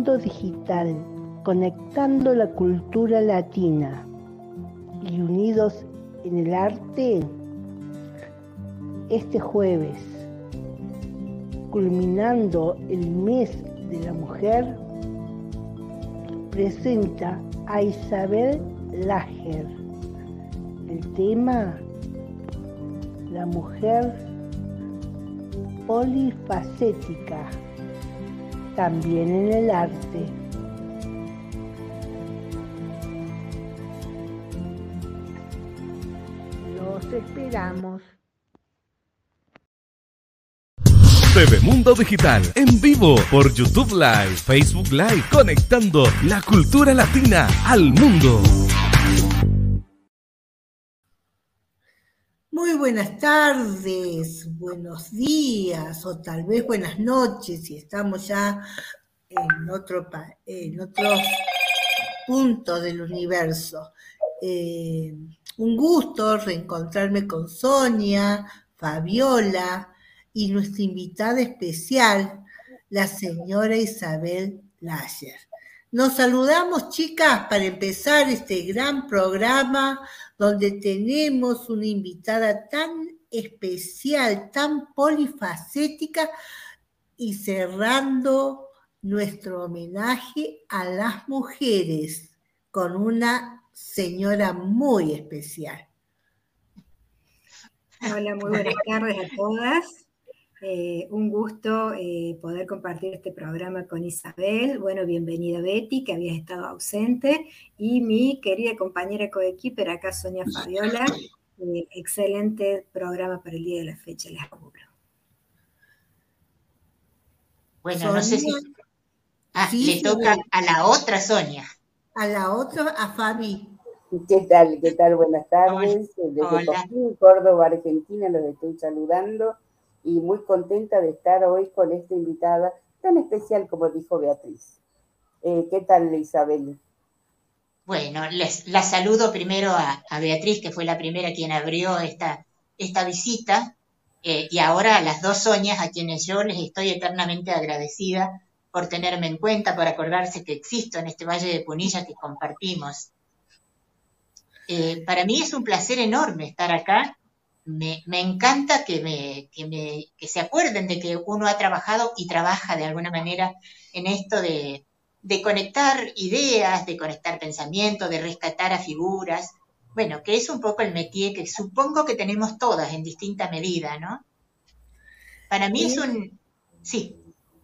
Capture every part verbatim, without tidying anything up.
Mundo Digital, conectando la cultura latina y unidos en el arte, este jueves, culminando el mes de la mujer, presenta a Isabel Lager. El tema, la mujer polifacética, también en el arte. Los esperamos. T V Mundo Digital, en vivo por YouTube Live, Facebook Live, conectando la cultura latina al mundo. Muy buenas tardes, buenos días o tal vez buenas noches si estamos ya en otro, en otro punto del universo. Eh, un gusto reencontrarme con Sonia, Fabiola y nuestra invitada especial, la señora Isabel Lager. Nos saludamos, chicas, para empezar este gran programa donde tenemos una invitada tan especial, tan polifacética, y cerrando nuestro homenaje a las mujeres con una señora muy especial. Hola, muy buenas tardes a todas. Eh, un gusto eh, poder compartir este programa con Isabel. Bueno, bienvenida Betty, que habías estado ausente, y mi querida compañera coequiper acá, Sonia Fabiola. Eh, excelente programa para el día de la fecha, les auguro. Bueno, Sonia, no sé si... Ah, sí, le toca sí, a la otra Sonia. a la otra, a Fabi. ¿Qué tal? ¿Qué tal? Buenas tardes. Hola. Desde Hola. Cosquín, Córdoba, Argentina, los estoy saludando y muy contenta de estar hoy con esta invitada tan especial como dijo Beatriz. Eh, ¿Qué tal, Isabel? Bueno, les, la saludo primero a, a Beatriz, que fue la primera quien abrió esta, esta visita, eh, y ahora a las dos Sonias, a quienes yo les estoy eternamente agradecida por tenerme en cuenta, por acordarse que existo en este Valle de Punilla que compartimos. Eh, para mí es un placer enorme estar acá. Me, me encanta que, me, que, me, que se acuerden de que uno ha trabajado y trabaja de alguna manera en esto de, de conectar ideas, de conectar pensamientos, de rescatar a figuras. Bueno, que es un poco el métier que supongo que tenemos todas en distinta medida, ¿no? Para mí Y es un... Sí.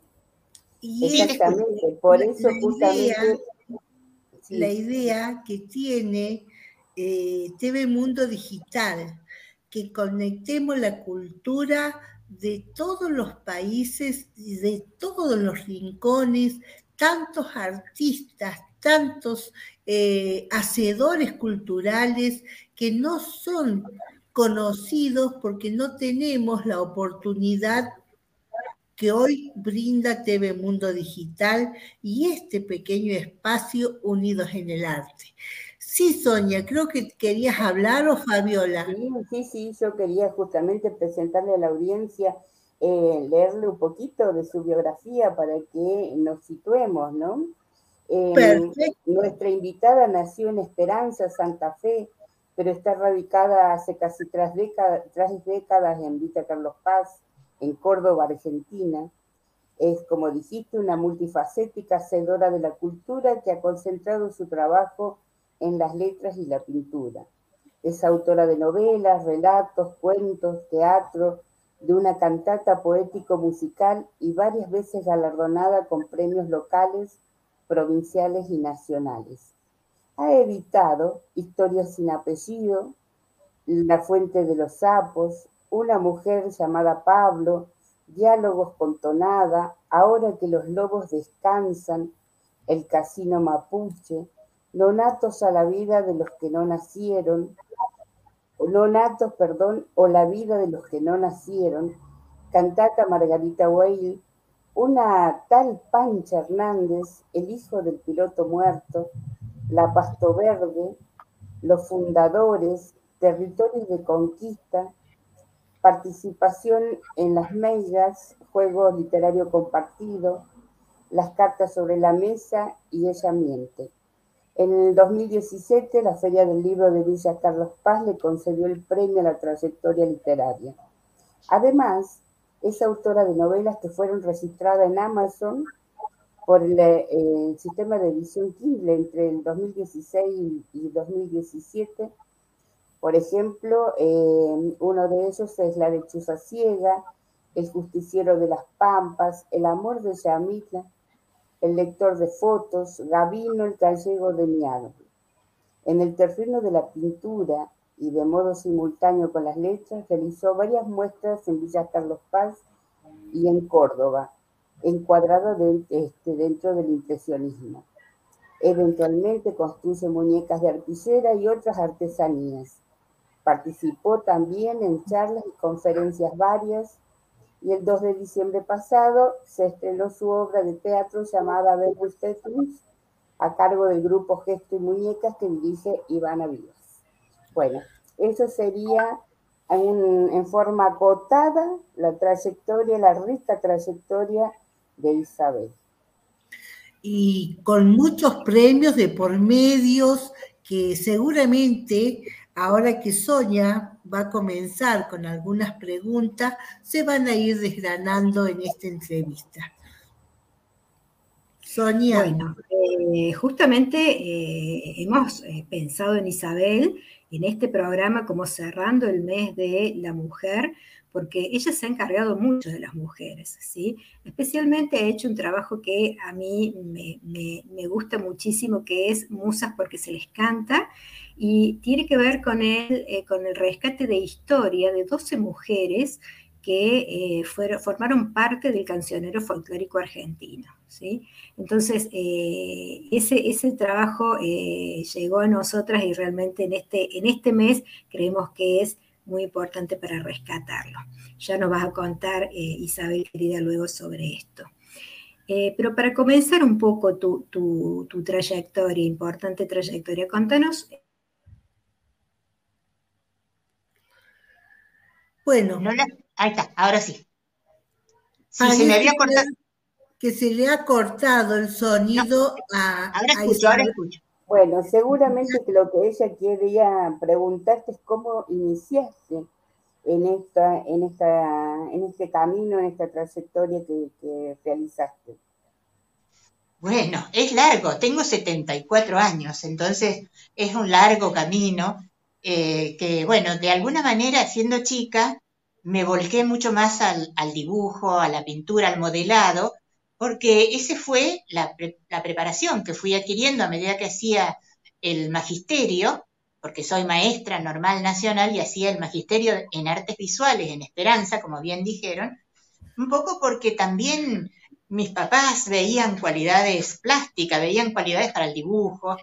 Y Sí, exactamente, por la, eso la justamente... Idea, sí. La idea que tiene eh, T V Mundo Digital, que conectemos la cultura de todos los países y de todos los rincones, tantos artistas, tantos eh, hacedores culturales que no son conocidos porque no tenemos la oportunidad que hoy brinda T V Mundo Digital y este pequeño espacio unidos en el arte. Sí, Sonia, creo que querías hablar, ¿o Fabiola? Sí, sí, sí, yo quería justamente presentarle a la audiencia, eh, leerle un poquito de su biografía para que nos situemos, ¿no? Eh, Perfecto. Nuestra invitada nació en Esperanza, Santa Fe, pero está radicada hace casi tres décadas, tres décadas en Villa Carlos Paz, en Córdoba, Argentina. Es, como dijiste, una multifacética hacedora de la cultura que ha concentrado su trabajo en las letras y la pintura. Es autora de novelas, relatos, cuentos, teatro, de una cantata poético-musical y varias veces galardonada con premios locales, provinciales y nacionales. Ha editado Historias sin apellido, La fuente de los sapos, Una mujer llamada Pablo, Diálogos con tonada, Ahora que los lobos descansan, El casino mapuche, Nonatos a la vida de los que no nacieron, Nonatos, perdón, o La vida de los que no nacieron, Cantata Margarita Weil, Una tal Pancha Hernández, El hijo del piloto muerto, La Pasto Verde, Los fundadores, Territorios de conquista, participación en las Meigas, Juego Literario Compartido, las cartas sobre la mesa y ella miente. En el dos mil diecisiete, la Feria del Libro de Villa Carlos Paz le concedió el premio a la trayectoria literaria. Además, es autora de novelas que fueron registradas en Amazon por el, el sistema de edición Kindle entre el dos mil dieciséis y dos mil diecisiete. Por ejemplo, eh, uno de ellos es La lechuza ciega, El justiciero de las Pampas, El amor de Yamila, El lector de fotos, Gabino, el gallego de mi árbol. En el terreno de la pintura y de modo simultáneo con las letras, realizó varias muestras en Villa Carlos Paz y en Córdoba, encuadrada de, este, dentro del impresionismo. Eventualmente construye muñecas de arpillera y otras artesanías. Participó también en charlas y conferencias varias, y el dos de diciembre pasado se estrenó su obra de teatro llamada Verbum Tetris, a cargo del grupo Gesto y Muñecas que dirige Ivana Vivas. Bueno, eso sería en, en forma acotada la trayectoria, la rica trayectoria de Isabel. Y con muchos premios de por medios que seguramente, ahora que Sonia va a comenzar con algunas preguntas, se van a ir desgranando en esta entrevista. Sonia. Bueno, eh, justamente eh, hemos eh, pensado en Isabel, en este programa, como cerrando el mes de la mujer, porque ella se ha encargado mucho de las mujeres, ¿sí? Especialmente ha hecho un trabajo que a mí me, me, me gusta muchísimo, que es Musas porque se les canta, y tiene que ver con el, eh, con el rescate de historia de doce mujeres que eh, fueron, formaron parte del cancionero folclórico argentino, ¿sí? Entonces, eh, ese, ese trabajo eh, llegó a nosotras y realmente en este, en este mes creemos que es muy importante para rescatarlo. Ya nos vas a contar, eh, Isabel, querida, luego sobre esto. Eh, pero para comenzar un poco tu, tu, tu trayectoria, importante trayectoria, contanos. Bueno. No la, ahí está, ahora sí. Sí, se me había cortado. Que se le ha cortado el sonido no. a Ahora a escucho, ahora escucho. Bueno, seguramente que lo que ella quería preguntarte es cómo iniciaste en esta, en esta, en este camino, en esta trayectoria que, que realizaste. Bueno, es largo, tengo setenta y cuatro años, entonces es un largo camino eh, que, bueno, de alguna manera, siendo chica, me volqué mucho más al, al dibujo, a la pintura, al modelado, porque ese fue la, pre, la preparación que fui adquiriendo a medida que hacía el magisterio, porque soy maestra normal nacional y hacía el magisterio en artes visuales en Esperanza, como bien dijeron, un poco porque también mis papás veían cualidades plásticas, veían cualidades para el dibujo,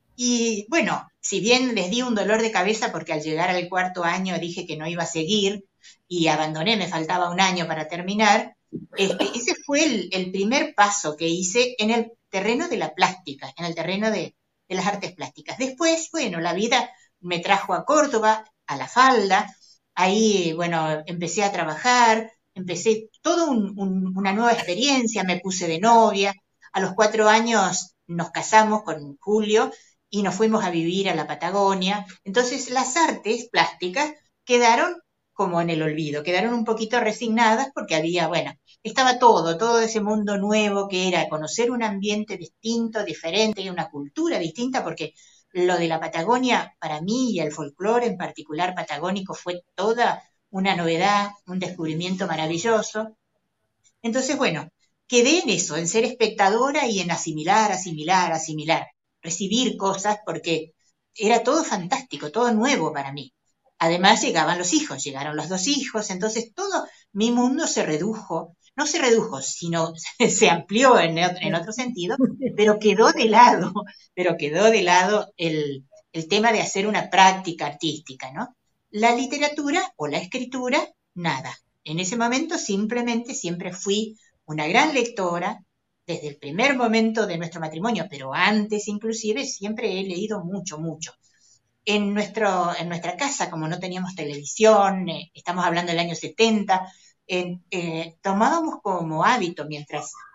y bueno, si bien les di un dolor de cabeza porque al llegar al cuarto año dije que no iba a seguir y abandoné, me faltaba un año para terminar, este, ese fue el, el primer paso que hice en el terreno de la plástica, en el terreno de, de las artes plásticas. Después, bueno, la vida me trajo a Córdoba, a La Falda, ahí, bueno, empecé a trabajar, empecé toda un, un, una nueva experiencia, me puse de novia, a los cuatro años nos casamos con Julio y nos fuimos a vivir a la Patagonia. Entonces las artes plásticas quedaron como en el olvido, quedaron un poquito resignadas porque había, bueno, estaba todo, todo ese mundo nuevo que era conocer un ambiente distinto, diferente, y una cultura distinta, porque lo de la Patagonia para mí y el folclore en particular patagónico fue toda una novedad, un descubrimiento maravilloso. Entonces, bueno, quedé en eso, en ser espectadora y en asimilar, asimilar, asimilar, recibir cosas, porque era todo fantástico, todo nuevo para mí. Además llegaban los hijos, llegaron los dos hijos, entonces todo mi mundo se redujo, no se redujo, sino se amplió en, en otro sentido, pero quedó de lado, pero quedó de lado el, el tema de hacer una práctica artística, ¿no? La literatura o la escritura, nada. En ese momento simplemente siempre fui una gran lectora, desde el primer momento de nuestro matrimonio, pero antes inclusive siempre he leído mucho, mucho. En, nuestro, en nuestra casa, como no teníamos televisión, eh, estamos hablando del año setenta, eh, eh, tomábamos como hábito, mientras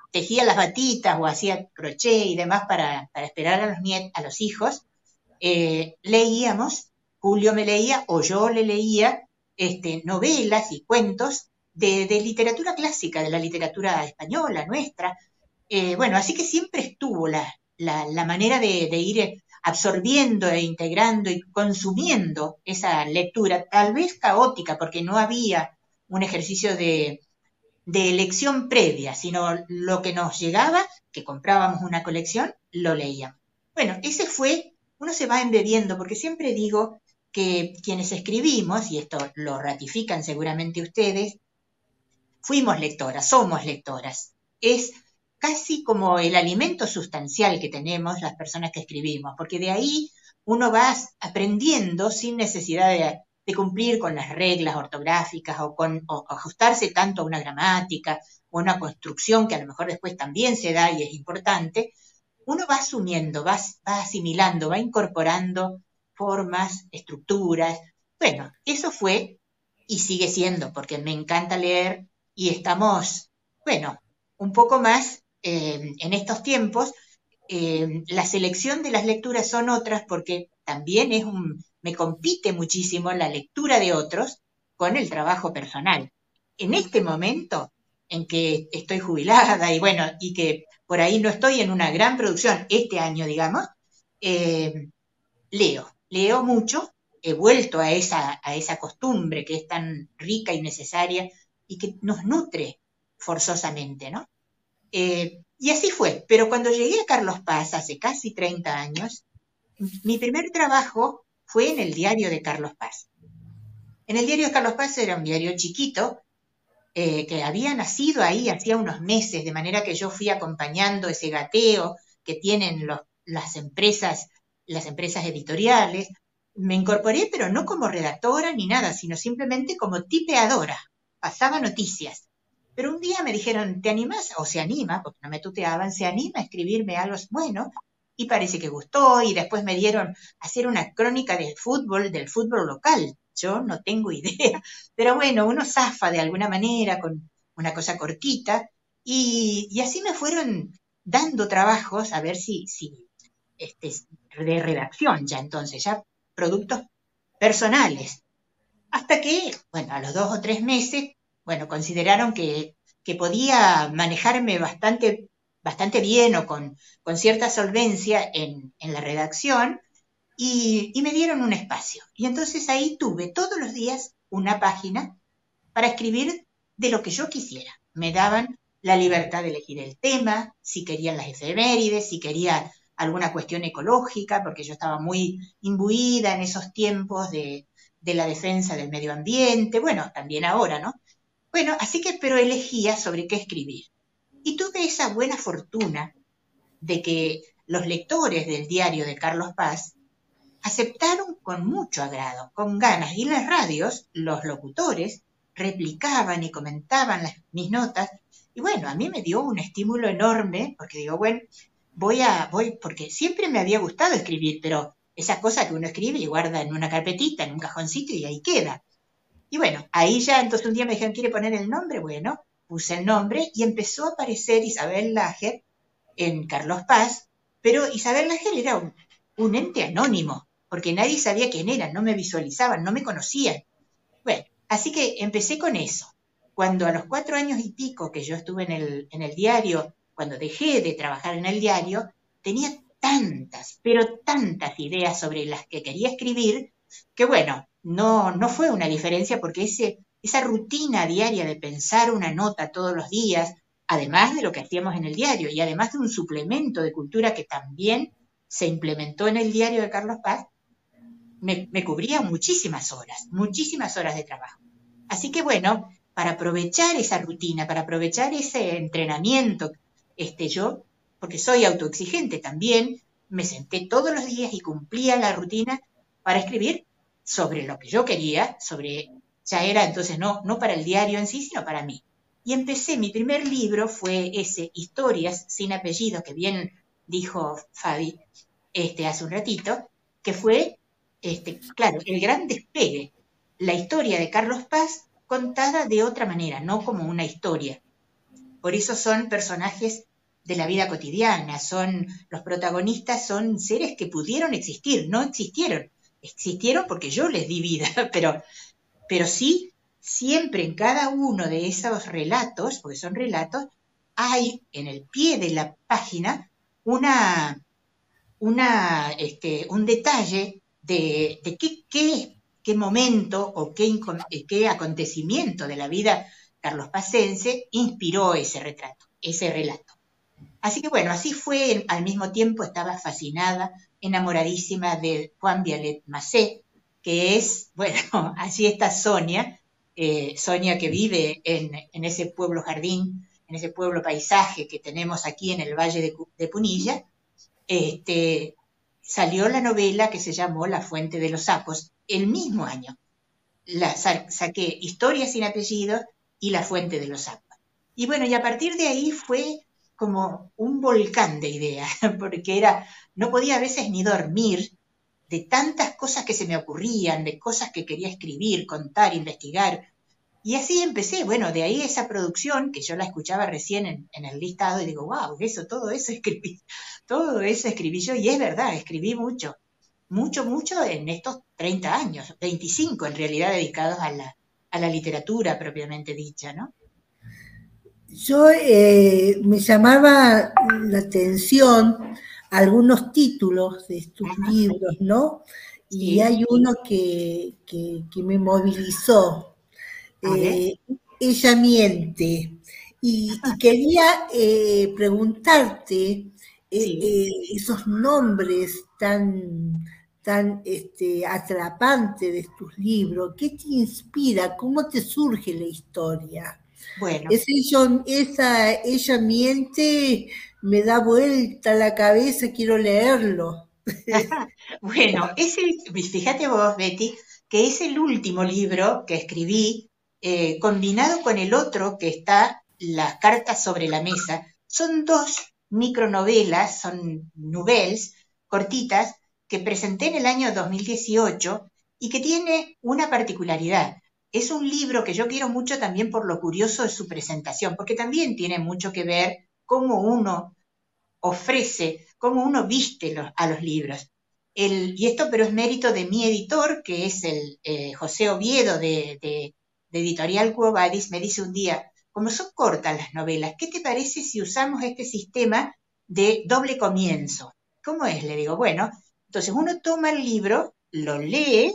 tejía las batitas o hacía crochet y demás para, para esperar a los, niet a los hijos, eh, leíamos, Julio me leía o yo le leía este, novelas y cuentos de, de literatura clásica, de la literatura española nuestra. Eh, bueno, así que siempre estuvo la, la, la manera de, de ir absorbiendo e integrando y consumiendo esa lectura, tal vez caótica, porque no había un ejercicio de, de elección previa, sino lo que nos llegaba, que comprábamos una colección, lo leíamos. Bueno, ese fue, uno se va embebiendo, porque siempre digo que quienes escribimos, y esto lo ratifican seguramente ustedes, fuimos lectoras, somos lectoras. Es casi como el alimento sustancial que tenemos las personas que escribimos, porque de ahí uno va aprendiendo sin necesidad de, de cumplir con las reglas ortográficas o, con, o ajustarse tanto a una gramática o una construcción que a lo mejor después también se da y es importante. Uno va asumiendo, va, va asimilando, va incorporando formas, estructuras. Bueno, eso fue y sigue siendo, porque me encanta leer y estamos, bueno, un poco más eh, en estos tiempos. Eh, la selección de las lecturas son otras porque también es un, me compite muchísimo la lectura de otros con el trabajo personal. En este momento en que estoy jubilada y bueno, y que por ahí no estoy en una gran producción este año, digamos, eh, leo, leo mucho, he vuelto a esa, a esa costumbre que es tan rica y necesaria y que nos nutre forzosamente, ¿no? Eh, y así fue, pero cuando llegué a Carlos Paz hace casi treinta años, mi primer trabajo fue en el diario de Carlos Paz. En el diario de Carlos Paz era un diario chiquito, eh, que había nacido ahí hacía unos meses, de manera que yo fui acompañando ese gateo que tienen los, las empresas, las empresas editoriales. Me incorporé, pero no como redactora ni nada, sino simplemente como tipeadora. Pasaba noticias. Pero un día me dijeron, ¿te animas? O se anima, porque no me tuteaban, ¿se anima a escribirme algo? Bueno, y parece que gustó, y después me dieron a hacer una crónica de fútbol, del fútbol local. Yo no tengo idea, pero bueno, uno zafa de alguna manera con una cosa cortita, y, y así me fueron dando trabajos, a ver si, si este, de redacción ya entonces, ya productos personales. Hasta que, bueno, a los dos o tres meses, bueno, consideraron que, que podía manejarme bastante, bastante bien o con, con cierta solvencia en, en la redacción y, y me dieron un espacio. Y entonces ahí tuve todos los días una página para escribir de lo que yo quisiera. Me daban la libertad de elegir el tema, si querían las efemérides, si quería alguna cuestión ecológica, porque yo estaba muy imbuida en esos tiempos de, de la defensa del medio ambiente, bueno, también ahora, ¿no? Bueno, así que, pero elegía sobre qué escribir. Y tuve esa buena fortuna de que los lectores del diario de Carlos Paz aceptaron con mucho agrado, con ganas, y en las radios, los locutores replicaban y comentaban las, mis notas, y bueno, a mí me dio un estímulo enorme, porque digo, bueno, voy a, voy, porque siempre me había gustado escribir, pero esa cosa que uno escribe y guarda en una carpetita, en un cajoncito, y ahí queda. Y bueno, ahí ya, entonces un día me dijeron, ¿quiere poner el nombre? Bueno, puse el nombre y empezó a aparecer Isabel Lager en Carlos Paz, pero Isabel Lager era un, un ente anónimo, porque nadie sabía quién era, no me visualizaban, no me conocían. Bueno, así que empecé con eso. Cuando a los cuatro años y pico que yo estuve en el, en el diario, cuando dejé de trabajar en el diario, tenía tantas, pero tantas ideas sobre las que quería escribir, que bueno, no, no fue una diferencia porque ese, esa rutina diaria de pensar una nota todos los días, además de lo que hacíamos en el diario y además de un suplemento de cultura que también se implementó en el diario de Carlos Paz, me, me cubría muchísimas horas, muchísimas horas de trabajo. Así que bueno, para aprovechar esa rutina, para aprovechar ese entrenamiento, este, yo, porque soy autoexigente también, me senté todos los días y cumplía la rutina para escribir sobre lo que yo quería, sobre, ya era entonces no, no para el diario en sí, sino para mí. Y empecé, mi primer libro fue ese, Historias sin apellido, que bien dijo Fabi este, hace un ratito, que fue, este, claro, el gran despegue, la historia de Carlos Paz contada de otra manera, no como una historia Por eso son personajes de la vida cotidiana, son, los protagonistas son seres que pudieron existir, no existieron. Existieron porque yo les di vida, pero, pero sí, siempre en cada uno de esos relatos, porque son relatos, hay en el pie de la página una, una, este, un detalle de, de qué, qué, qué momento o qué, qué acontecimiento de la vida carlospacense inspiró ese retrato, ese relato. Así que bueno, así fue, al mismo tiempo estaba fascinada, enamoradísima de Juan Vialet Macé, que es, bueno, allí está Sonia, eh, Sonia que vive en, en ese pueblo jardín, en ese pueblo paisaje que tenemos aquí en el Valle de, de Punilla. Este, salió la novela que se llamó La Fuente de los Sapos el mismo año. La, sa saqué Historia sin apellido y La Fuente de los Sapos. Y bueno, y a partir de ahí fue como un volcán de ideas, porque era, no podía a veces ni dormir de tantas cosas que se me ocurrían, de cosas que quería escribir, contar, investigar. Y así empecé, bueno, de ahí esa producción, que yo la escuchaba recién en, en el listado, y digo, wow, eso, todo eso escribí, todo eso escribí yo, y es verdad, escribí mucho, mucho, mucho en estos treinta años, veinticinco en realidad dedicados a la, a la literatura propiamente dicha, ¿no? Yo eh, me llamaba la atención algunos títulos de tus Ajá. libros, ¿no? Y sí. Hay uno que, que, que me movilizó. Eh, ella miente. Y, y quería eh, preguntarte eh, sí. eh, esos nombres tan, tan este, atrapantes de tus libros. ¿Qué te inspira? ¿Cómo te surge la historia? Bueno. Es ella, esa, ella miente, me da vuelta la cabeza, quiero leerlo. Bueno, ese, fíjate vos, Betty, que es el último libro que escribí, eh, combinado con el otro que está, Las cartas sobre la mesa. Son dos micronovelas, son nouvelles cortitas, que presenté en el año dos mil dieciocho y que tiene una particularidad. Es un libro que yo quiero mucho también por lo curioso de su presentación, porque también tiene mucho que ver cómo uno ofrece, cómo uno viste los, a los libros. El, y esto pero es mérito de mi editor, que es el eh, José Oviedo de, de, de Editorial Quo Vadis, me dice un día, como son cortas las novelas, ¿qué te parece si usamos este sistema de doble comienzo? ¿Cómo es? Le digo, bueno, entonces uno toma el libro, lo lee,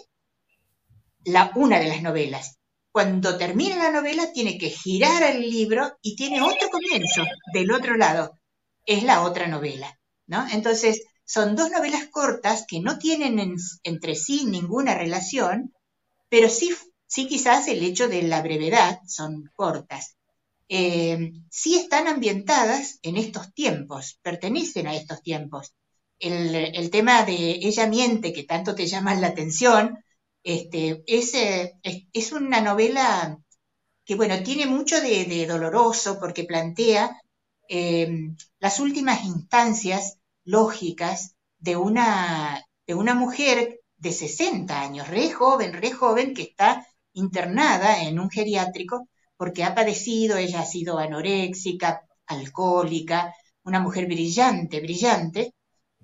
La, una de las novelas. Cuando termina la novela tiene que girar el libro y tiene otro comienzo del otro lado. Es la otra novela, ¿no? Entonces, son dos novelas cortas que no tienen en, entre sí ninguna relación, pero sí, sí quizás el hecho de la brevedad, son cortas. Eh, sí están ambientadas en estos tiempos, pertenecen a estos tiempos. El, el tema de Ella miente, que tanto te llama la atención, Este, es, es, es una novela que, bueno, tiene mucho de, de doloroso porque plantea eh, las últimas instancias lógicas de una, de una mujer de sesenta años, re joven, re joven, que está internada en un geriátrico porque ha padecido, ella ha sido anoréxica, alcohólica, una mujer brillante, brillante,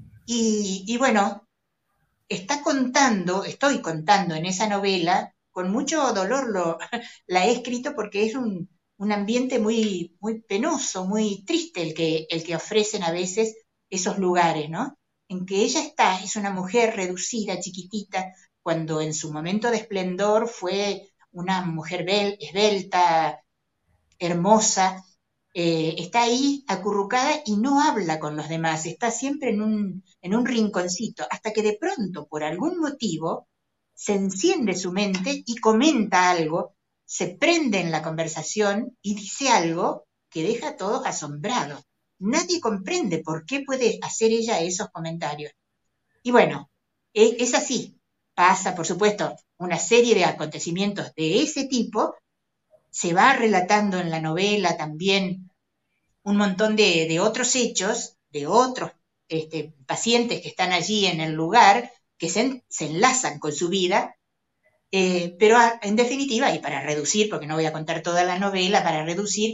y, y bueno, está contando, estoy contando en esa novela, con mucho dolor lo, la he escrito porque es un, un ambiente muy, muy penoso, muy triste el que, el que ofrecen a veces esos lugares, ¿no? En que ella está, es una mujer reducida, chiquitita, cuando en su momento de esplendor fue una mujer bel, esbelta, hermosa, Eh, está ahí acurrucada y no habla con los demás, está siempre en un, en un rinconcito, hasta que de pronto, por algún motivo, se enciende su mente y comenta algo, se prende en la conversación y dice algo que deja a todos asombrados. Nadie comprende por qué puede hacer ella esos comentarios. Y bueno, es, es así. Pasa, por supuesto, una serie de acontecimientos de ese tipo. Se va relatando en la novela también un montón de, de otros hechos, de otros este, pacientes que están allí en el lugar, que se, se enlazan con su vida, eh, pero a, en definitiva, y para reducir, porque no voy a contar toda la novela, para reducir,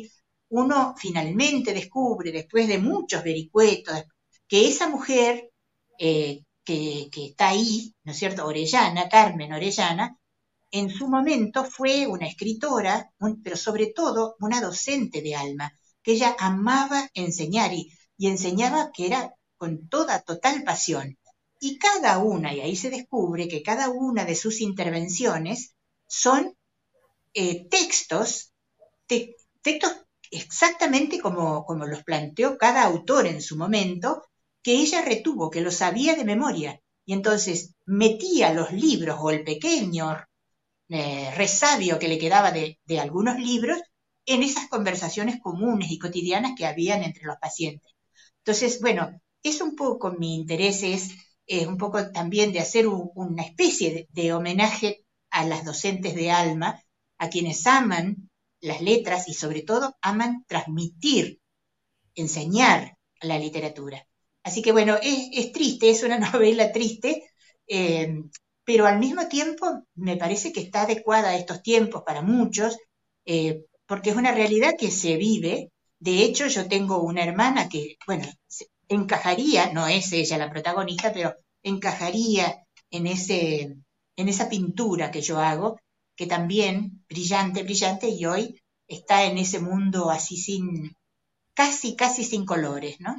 uno finalmente descubre, después de muchos vericuetos, que esa mujer eh, que, que está ahí, ¿no es cierto?, Orellana, Carmen Orellana, en su momento fue una escritora, un, pero sobre todo una docente de alma, que ella amaba enseñar y, y enseñaba que era con toda total pasión. Y cada una, y ahí se descubre que cada una de sus intervenciones son eh, textos, te, textos exactamente como, como los planteó cada autor en su momento, que ella retuvo, que los sabía de memoria. Y entonces metía los libros o el pequeño eh, resabio que le quedaba de, de algunos libros en esas conversaciones comunes y cotidianas que habían entre los pacientes. Entonces, bueno, es un poco mi interés, es, es un poco también de hacer un, una especie de, de homenaje a las docentes de alma, a quienes aman las letras y sobre todo aman transmitir, enseñar la literatura. Así que bueno, es, es triste, es una novela triste, eh, pero al mismo tiempo me parece que está adecuada a estos tiempos para muchos, eh, porque es una realidad que se vive. De hecho, yo tengo una hermana que, bueno, encajaría, no es ella la protagonista, pero encajaría en, ese, en esa pintura que yo hago, que también, brillante, brillante, y hoy está en ese mundo así sin, casi, casi sin colores, ¿no?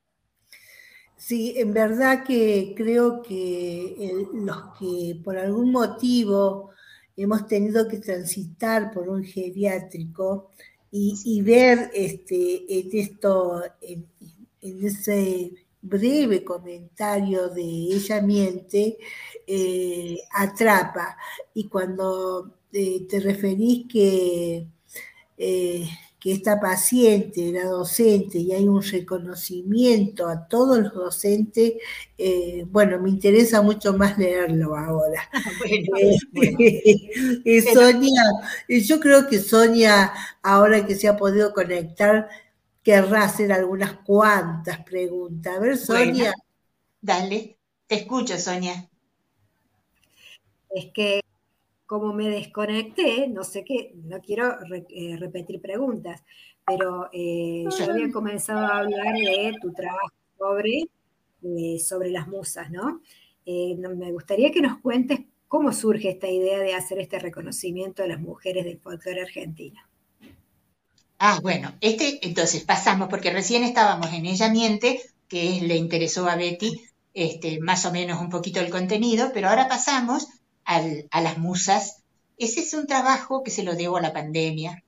Sí, en verdad que creo que el, los que por algún motivo hemos tenido que transitar por un geriátrico y, y ver este, en esto, en, en ese breve comentario de Ella miente, eh, atrapa. Y cuando eh, te referís que... Eh, que esta paciente era docente y hay un reconocimiento a todos los docentes, eh, bueno, me interesa mucho más leerlo ahora. Bueno, eh, bueno. eh, Sonia, yo creo que Sonia, ahora que se ha podido conectar, querrá hacer algunas cuantas preguntas. A ver, Sonia. Bueno, dale, te escucho, Sonia. Es que como me desconecté, no sé qué, no quiero re, eh, repetir preguntas, pero eh, yo había comenzado a hablar de tu trabajo sobre, eh, sobre las musas, ¿no? Eh, no, me gustaría que nos cuentes cómo surge esta idea de hacer este reconocimiento de las mujeres del folclore argentino. Ah, bueno, este, entonces pasamos, porque recién estábamos en Ella miente, que le interesó a Betty este, más o menos un poquito el contenido, pero ahora pasamos al, a las musas. Ese es un trabajo que se lo debo a la pandemia.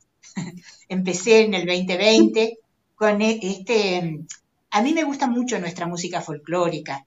Empecé en el veinte veinte con este... A mí me gusta mucho nuestra música folclórica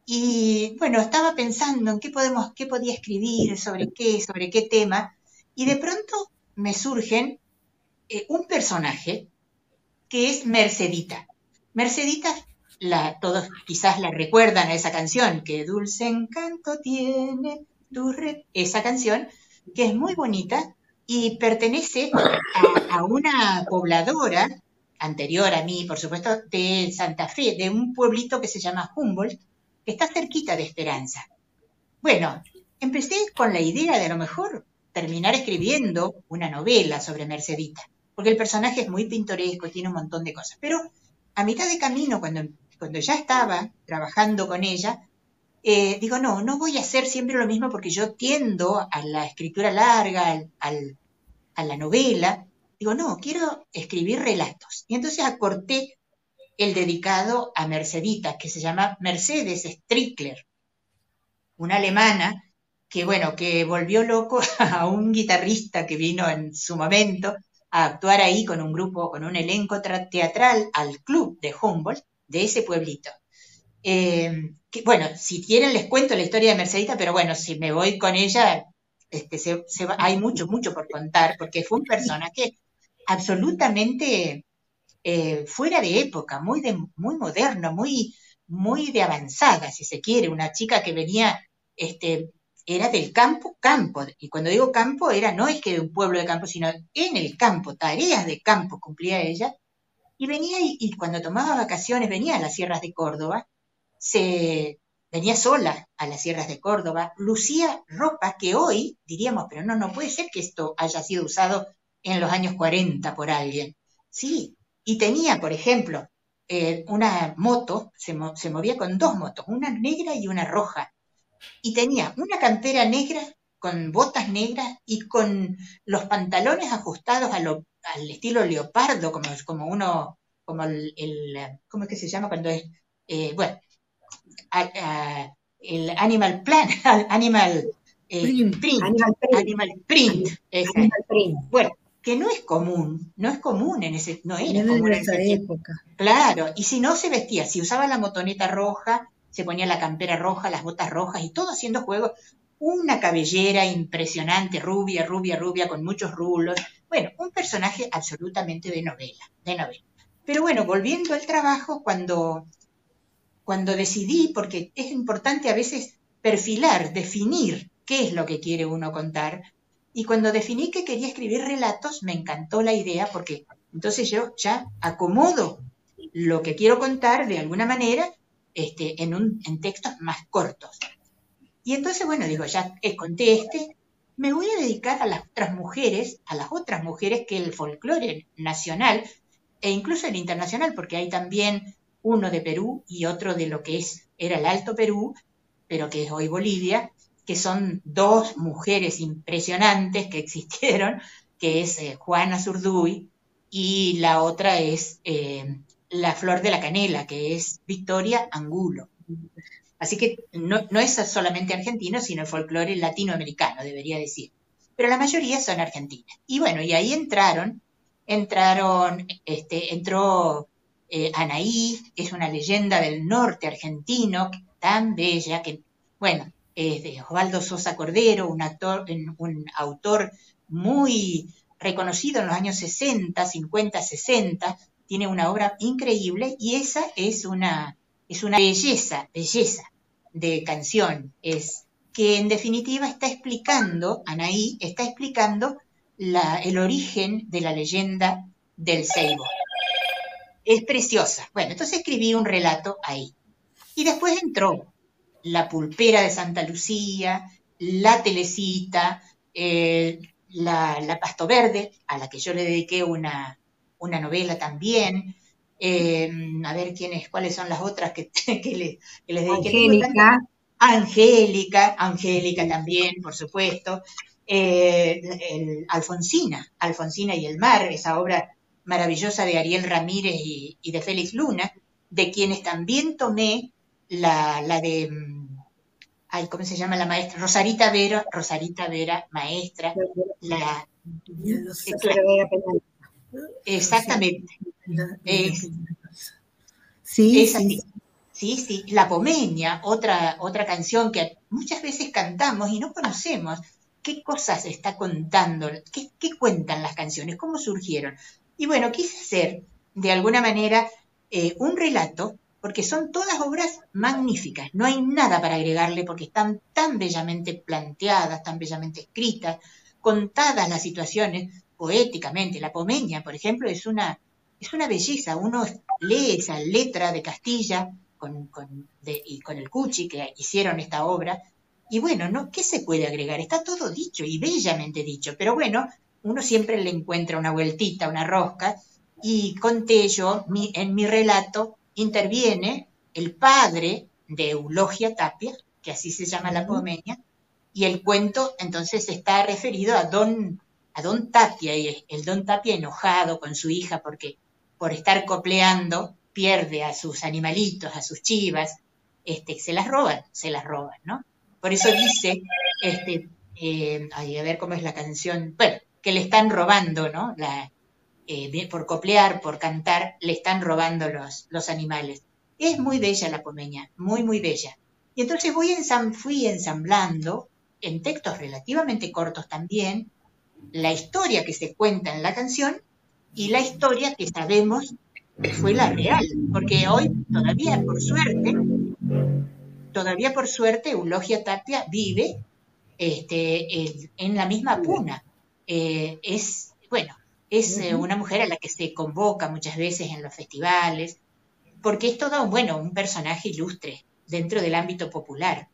y, bueno, estaba pensando en qué, podemos, qué podía escribir, sobre qué, sobre qué tema, y de pronto me surgen eh, un personaje que es Mercedita. Mercedita, la, todos quizás la recuerdan a esa canción, que dulce encanto tiene tu re... Esa canción, que es muy bonita y pertenece a, a una pobladora anterior a mí, por supuesto, de Santa Fe, de un pueblito que se llama Humboldt, que está cerquita de Esperanza. Bueno, empecé con la idea de a lo mejor terminar escribiendo una novela sobre Mercedita, porque el personaje es muy pintoresco, tiene un montón de cosas. Pero a mitad de camino, cuando, cuando ya estaba trabajando con ella, eh, digo, no, no voy a hacer siempre lo mismo porque yo tiendo a la escritura larga, al, al, a la novela. Digo, no, quiero escribir relatos. Y entonces acorté el dedicado a Mercedita, que se llama Mercedes Strickler, una alemana que, bueno, que volvió loco a un guitarrista que vino en su momento a actuar ahí con un grupo, con un elenco teatral al club de Humboldt, de ese pueblito. Eh, que, bueno, si quieren les cuento la historia de Mercedita, pero bueno, si me voy con ella, este, se, se va, hay mucho, mucho por contar, porque fue un personaje absolutamente eh, fuera de época, muy, de, muy moderno, muy, muy de avanzada, si se quiere, una chica que venía, este, era del campo, campo, y cuando digo campo, era no es que de un pueblo de campo, sino en el campo, tareas de campo cumplía ella, y venía y, y cuando tomaba vacaciones, venía a las sierras de Córdoba, se venía sola a las sierras de Córdoba, lucía ropa que hoy diríamos, pero no, no puede ser que esto haya sido usado en los años cuarenta por alguien. Sí, y tenía, por ejemplo, eh, una moto, se, mo se movía con dos motos, una negra y una roja, y tenía una campera negra con botas negras y con los pantalones ajustados a lo, al estilo leopardo, como, como uno, como el, el, ¿cómo es que se llama cuando es? Eh, bueno, a, a, el Animal Plan, Animal eh, Print. Print, Animal Print. Animal Print, esa. Animal Print. Bueno, que no es común, no es común en ese, no era En común en esa ese tiempo. época. Claro, y si no se vestía, si usaba la motoneta roja, se ponía la campera roja, las botas rojas y todo haciendo juego. Una cabellera impresionante, rubia, rubia, rubia, con muchos rulos. Bueno, un personaje absolutamente de novela, de novela. Pero bueno, volviendo al trabajo, cuando, cuando decidí, porque es importante a veces perfilar, definir qué es lo que quiere uno contar, y cuando definí que quería escribir relatos, me encantó la idea, porque entonces yo ya acomodo lo que quiero contar de alguna manera este, en, un, en textos más cortos. Y entonces, bueno, digo, ya conté este, me voy a dedicar a las otras mujeres, a las otras mujeres que el folclore nacional, e incluso el internacional, porque hay también uno de Perú y otro de lo que es, era el Alto Perú, pero que es hoy Bolivia, que son dos mujeres impresionantes que existieron, que es eh, Juana Zurduy, y la otra es eh, la Flor de la Canela, que es Victoria Angulo. Así que no, no es solamente argentino, sino el folclore latinoamericano, debería decir. Pero la mayoría son argentinas. Y bueno, y ahí entraron, entraron, este, entró eh, Anaí, que es una leyenda del norte argentino, tan bella, que, bueno, es de Osvaldo Sosa Cordero, un, actor, un autor muy reconocido en los años sesenta, cincuenta, sesenta, tiene una obra increíble y esa es una, es una belleza, belleza de canción, es que en definitiva está explicando, Anaí está explicando la, el origen de la leyenda del Ceibo. Es preciosa. Bueno, entonces escribí un relato ahí. Y después entró La Pulpera de Santa Lucía, La Telecita, eh, la, la Pasto Verde, a la que yo le dediqué una, una novela también. Eh, a ver quiénes, cuáles son las otras que, que, le, que les dediqué. Angélica. Angélica, Angélica también, por supuesto. Eh, el, Alfonsina, Alfonsina y el mar, esa obra maravillosa de Ariel Ramírez y, y de Félix Luna, de quienes también tomé la, la de, ay, ¿cómo se llama la maestra? Rosarita Vera, Rosarita Vera, maestra. La, exactamente. Es, sí, es sí. así. Sí, sí. La Pomeña, otra, otra canción que muchas veces cantamos y no conocemos. ¿Qué cosas está contando? ¿Qué, qué cuentan las canciones? ¿Cómo surgieron? Y bueno, quise hacer, de alguna manera, eh, un relato, porque son todas obras magníficas. No hay nada para agregarle porque están tan bellamente planteadas, tan bellamente escritas, contadas las situaciones poéticamente. La Pomeña, por ejemplo, es una, es una belleza. Uno lee esa letra de Castilla con, con, de, y con el Cuchi, que hicieron esta obra, y bueno, ¿no? ¿Qué se puede agregar? Está todo dicho y bellamente dicho, pero bueno, uno siempre le encuentra una vueltita, una rosca, y conté yo, mi, en mi relato interviene el padre de Eulogia Tapia, que así se llama la Pomeña, y el cuento entonces está referido a don, a don Tapia, y el don Tapia enojado con su hija porque por estar copleando pierde a sus animalitos, a sus chivas, este, se las roban, se las roban, ¿no? Por eso dice, este, eh, ay, a ver cómo es la canción, bueno, que le están robando, ¿no? La, eh, por coplear, por cantar, le están robando los, los animales. Es muy bella la Pomeña, muy, muy bella. Y entonces voy ensam fui ensamblando, en textos relativamente cortos también, la historia que se cuenta en la canción y la historia que sabemos que fue la real, porque hoy todavía, por suerte, todavía por suerte, Eulogia Tapia vive este, en, en la misma puna. Eh, es, bueno, es eh, una mujer a la que se convoca muchas veces en los festivales, porque es todo, bueno, un personaje ilustre dentro del ámbito popular.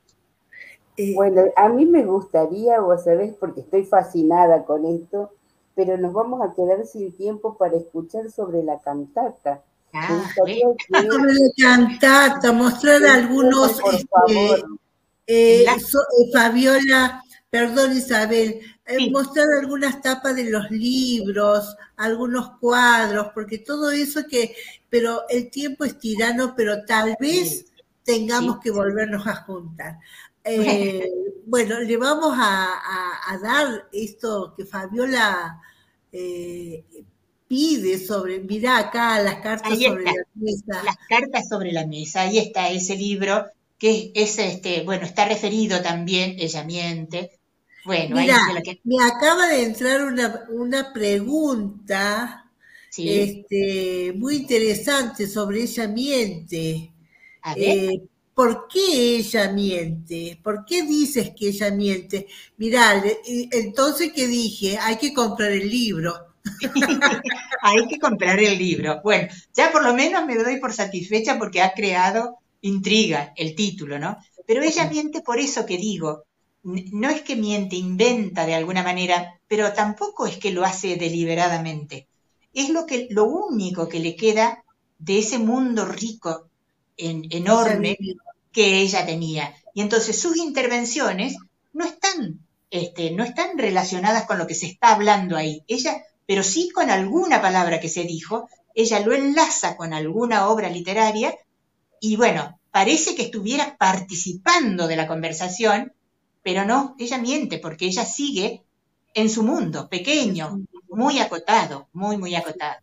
Bueno, a mí me gustaría, vos sabés, porque estoy fascinada con esto, pero nos vamos a quedar sin tiempo para escuchar sobre la cantata. Ah, Me gustaría que... Sobre la cantata, mostrar algunos... Por este, favor. eh, La- so- eh, Fabiola, perdón Isabel, eh, Sí. mostrar algunas tapas de los libros, algunos cuadros, porque todo eso que, pero el tiempo es tirano, pero tal vez tengamos Sí. que volvernos a juntar. Eh, bueno, le vamos a, a- a dar esto que Fabiola eh, pide sobre, mirá acá las cartas Ahí sobre está. la mesa. Las cartas sobre la mesa, ahí está ese libro que es, este, bueno, está referido también, ella miente. Bueno, ahí Mira, de la que, me acaba de entrar una, una pregunta sí, este, muy interesante sobre ella miente. a ver, Eh, ¿Por qué ella miente? ¿Por qué dices que ella miente? Mirá, le- y entonces que dije, hay que comprar el libro. hay que comprar el libro. Bueno, ya por lo menos me doy por satisfecha porque ha creado intriga el título, ¿no? Pero ella miente por eso que digo. N- No es que miente, inventa de alguna manera, pero tampoco es que lo hace deliberadamente. Es lo que, lo único que le queda de ese mundo rico, en- Ella enorme, vivió. que ella tenía. Y entonces sus intervenciones no están, este, no están relacionadas con lo que se está hablando ahí. Ella, pero sí con alguna palabra que se dijo, ella lo enlaza con alguna obra literaria y bueno, parece que estuviera participando de la conversación, pero no, ella miente porque ella sigue en su mundo, pequeño, muy acotado, muy, muy acotado.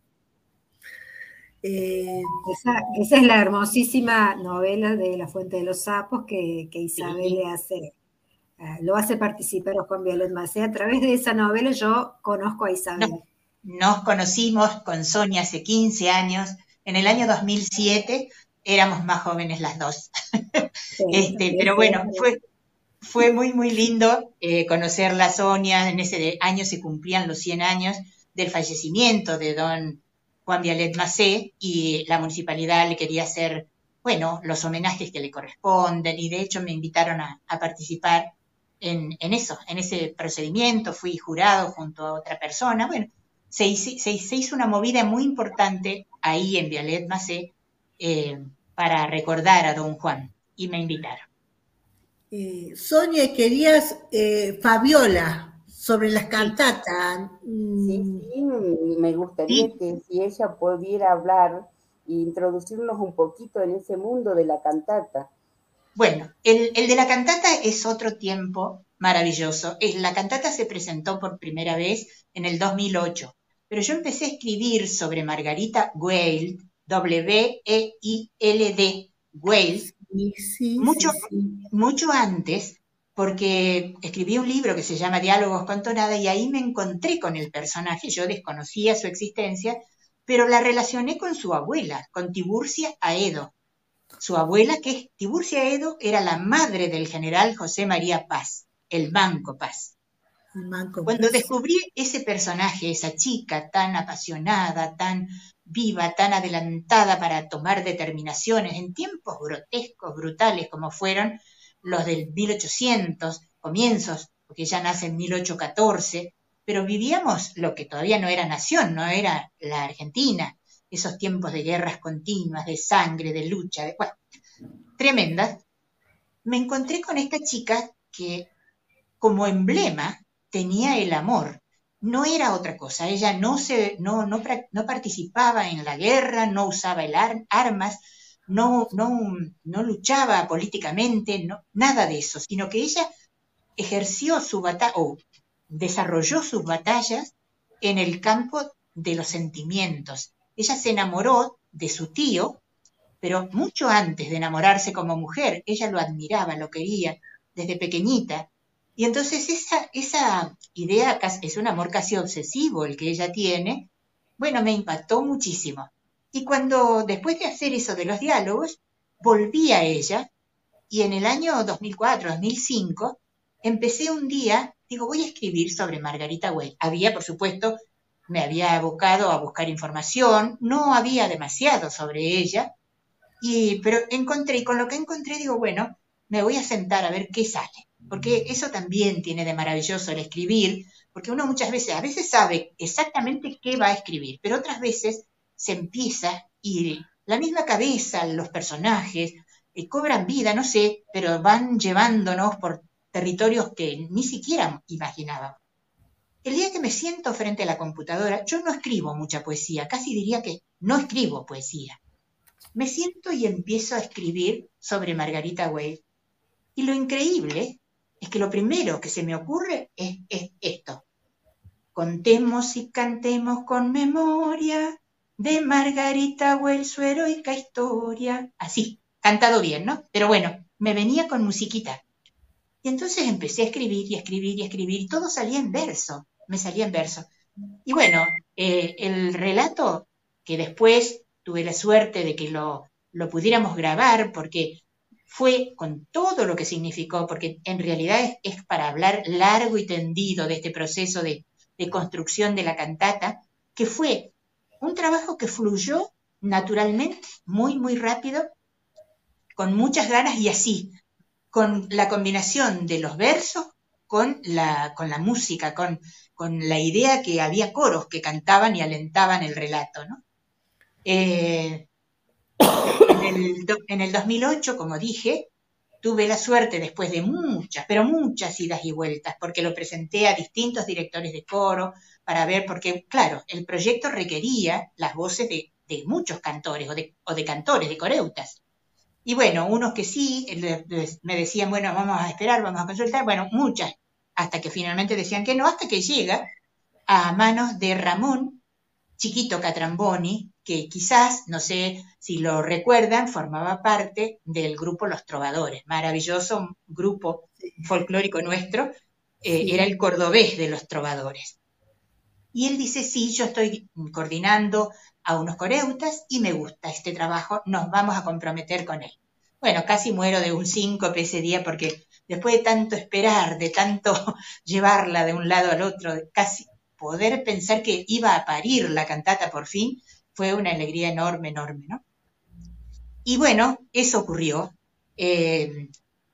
Eh, Esa, esa es la hermosísima novela de La Fuente de los Sapos que, que Isabel Sí. le hace, eh, lo hace participar a Juan Violet Macé. A través de esa novela yo conozco a Nos, Isabel. nos conocimos con Sonia hace quince años, en el año dos mil siete éramos más jóvenes las dos. Sí, Este, pero bueno, fue, fue muy, muy lindo eh, conocerla, Sonia. En ese año se cumplían los cien años del fallecimiento de don Juan Violet Macé y la municipalidad le quería hacer, bueno, los homenajes que le corresponden y de hecho me invitaron a, a participar en, en eso, en ese procedimiento. Fui jurado junto a otra persona. Bueno, se hizo, se, se hizo una movida muy importante ahí en Violet Macé eh, para recordar a don Juan y me invitaron. eh, Sonia, querías, eh, Fabiola, sobre las Sí, cantatas. Sí, Mm, sí, me gustaría sí. que si ella pudiera hablar e introducirnos un poquito en ese mundo de la cantata. Bueno, el, el de la cantata es otro tiempo maravilloso. Es- La cantata se presentó por primera vez en el dos mil ocho, pero yo empecé a escribir sobre Margarita Wild, W E I L D, Wild, sí, sí, mucho, sí, sí. mucho antes, porque escribí un libro que se llama Diálogos con Tonada y ahí me encontré con el personaje. Yo desconocía su existencia, pero la relacioné con su abuela, con Tiburcia Aedo. Su abuela, que es Tiburcia Edo, era la madre del general José María Paz, el Banco Paz. El manco Cuando paz. descubrí ese personaje, esa chica tan apasionada, tan viva, tan adelantada para tomar determinaciones en tiempos grotescos, brutales, como fueron los del mil ochocientos, comienzos, porque ella nace en mil ochocientos catorce, pero vivíamos lo que todavía no era nación, no era la Argentina, esos tiempos de guerras continuas, de sangre, de lucha, de, bueno, tremendas. Me encontré con esta chica que como emblema tenía el amor. No era otra cosa. Ella no, se, no, no, no participaba en la guerra, no usaba el ar, armas, no, no, no luchaba políticamente, no, nada de eso, sino que ella ejerció su batalla o desarrolló sus batallas en el campo de los sentimientos. Ella se enamoró de su tío, pero mucho antes de enamorarse como mujer, ella lo admiraba, lo quería desde pequeñita. Y entonces esa, esa idea es un amor casi obsesivo el que ella tiene. Bueno, me impactó muchísimo. Y cuando, después de hacer eso de los diálogos, volví a ella y en el año dos mil cuatro, dos mil cinco, empecé un día, digo, voy a escribir sobre Margarita Wild. Había, por supuesto, me había abocado a buscar información, no había demasiado sobre ella, y, pero encontré, y con lo que encontré digo, bueno, me voy a sentar a ver qué sale, porque eso también tiene de maravilloso el escribir, porque uno muchas veces, a veces sabe exactamente qué va a escribir, pero otras veces se empieza y la misma cabeza, los personajes, eh, cobran vida, no sé, pero van llevándonos por territorios que ni siquiera imaginábamos. El día que me siento frente a la computadora, yo no escribo mucha poesía, casi diría que no escribo poesía. Me siento y empiezo a escribir sobre Margarita Weil. Y lo increíble es que lo primero que se me ocurre es, es esto. Contemos y cantemos con memoria de Margarita Weil, su heroica historia. Así, cantado bien, ¿no? Pero bueno, me venía con musiquita. Y entonces empecé a escribir y a escribir y a escribir y todo salía en verso, me salía en verso. Y bueno, eh, el relato que después tuve la suerte de que lo, lo pudiéramos grabar porque fue con todo lo que significó, porque en realidad es, es para hablar largo y tendido de este proceso de, de construcción de la cantata, que fue un trabajo que fluyó naturalmente, muy, muy rápido, con muchas ganas y así, con la combinación de los versos con la, con la música, con, con la idea que había coros que cantaban y alentaban el relato, ¿no? Eh, en, el, en el dos mil ocho, como dije, tuve la suerte, después de muchas, pero muchas idas y vueltas, porque lo presenté a distintos directores de coro para ver, porque, claro, el proyecto requería las voces de, de muchos cantores o de, o de cantores, de coreutas. Y bueno, unos que sí, me decían, bueno, vamos a esperar, vamos a consultar, bueno, muchas, hasta que finalmente decían que no, hasta que llega a manos de Ramón Chiquito Catramboni, que quizás, no sé si lo recuerdan, formaba parte del grupo Los Trovadores, maravilloso grupo folclórico nuestro, eh, sí. Era el cordobés de Los Trovadores. Y él dice, sí, yo estoy coordinando a unos coreutas y me gusta este trabajo, nos vamos a comprometer con él. Bueno, casi muero de un síncope ese día porque después de tanto esperar, de tanto llevarla de un lado al otro, casi poder pensar que iba a parir la cantata por fin, fue una alegría enorme, enorme, ¿no? Y bueno, eso ocurrió. Eh,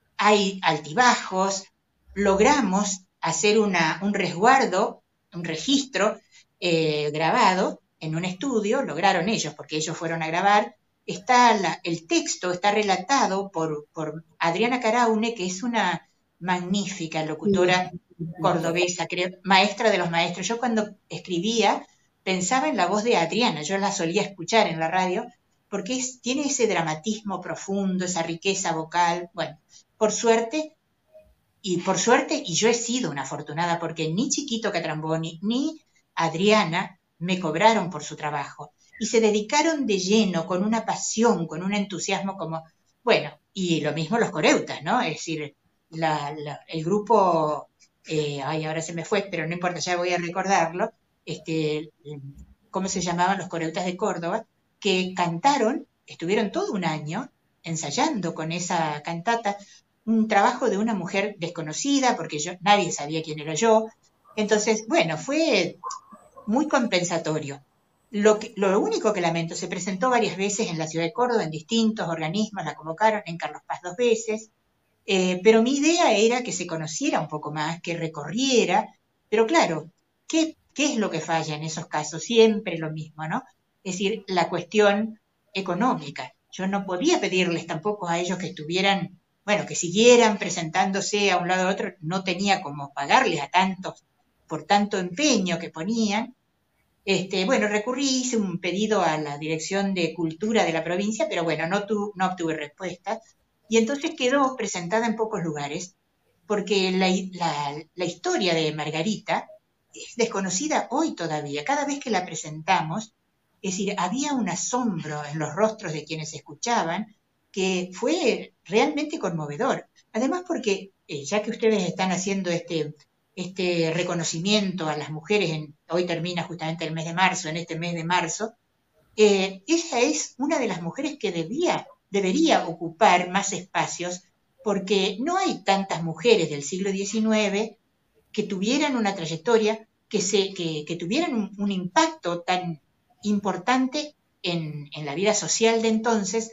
hay altibajos, logramos hacer una, un resguardo, un registro eh, grabado en un estudio, lograron ellos, porque ellos fueron a grabar. Está la, el texto está relatado por, por Adriana Caraune, que es una magnífica locutora cordobesa, creo, maestra de los maestros. Yo cuando escribía pensaba en la voz de Adriana, yo la solía escuchar en la radio, porque es, tiene ese dramatismo profundo, esa riqueza vocal. Bueno, por suerte, y por suerte, y yo he sido una afortunada, porque ni Chiquito Catramboni ni Adriana me cobraron por su trabajo, y se dedicaron de lleno, con una pasión, con un entusiasmo como, bueno, y lo mismo los coreutas, ¿no? Es decir, la, la, el grupo, eh, ay, ahora se me fue, pero no importa, ya voy a recordarlo, este, ¿cómo se llamaban los coreutas de Córdoba? Que cantaron, estuvieron todo un año ensayando con esa cantata, un trabajo de una mujer desconocida, porque yo, nadie sabía quién era yo. Entonces, bueno, fue muy compensatorio. Lo, que, lo único que lamento, se presentó varias veces en la ciudad de Córdoba, en distintos organismos, la convocaron, en Carlos Paz dos veces, eh, pero mi idea era que se conociera un poco más, que recorriera, pero claro, ¿qué, qué es lo que falla en esos casos? Siempre lo mismo, ¿no? Es decir, la cuestión económica. Yo no podía pedirles tampoco a ellos que estuvieran, bueno, que siguieran presentándose a un lado a otro, no tenía como pagarles a tantos por tanto empeño que ponían. Este, bueno, recurrí, hice un pedido a la Dirección de Cultura de la provincia, pero bueno, no, tu, no obtuve respuesta, y entonces quedó presentada en pocos lugares, porque la, la, la historia de Margarita es desconocida hoy todavía. Cada vez que la presentamos, es decir, había un asombro en los rostros de quienes escuchaban, que fue realmente conmovedor. Además porque, eh, ya que ustedes están haciendo este... este reconocimiento a las mujeres, en, hoy termina justamente el mes de marzo, en este mes de marzo, eh, ella es una de las mujeres que debía, debería ocupar más espacios, porque no hay tantas mujeres del siglo diecinueve que tuvieran una trayectoria, que, se, que, que tuvieran un, un impacto tan importante en, en la vida social de entonces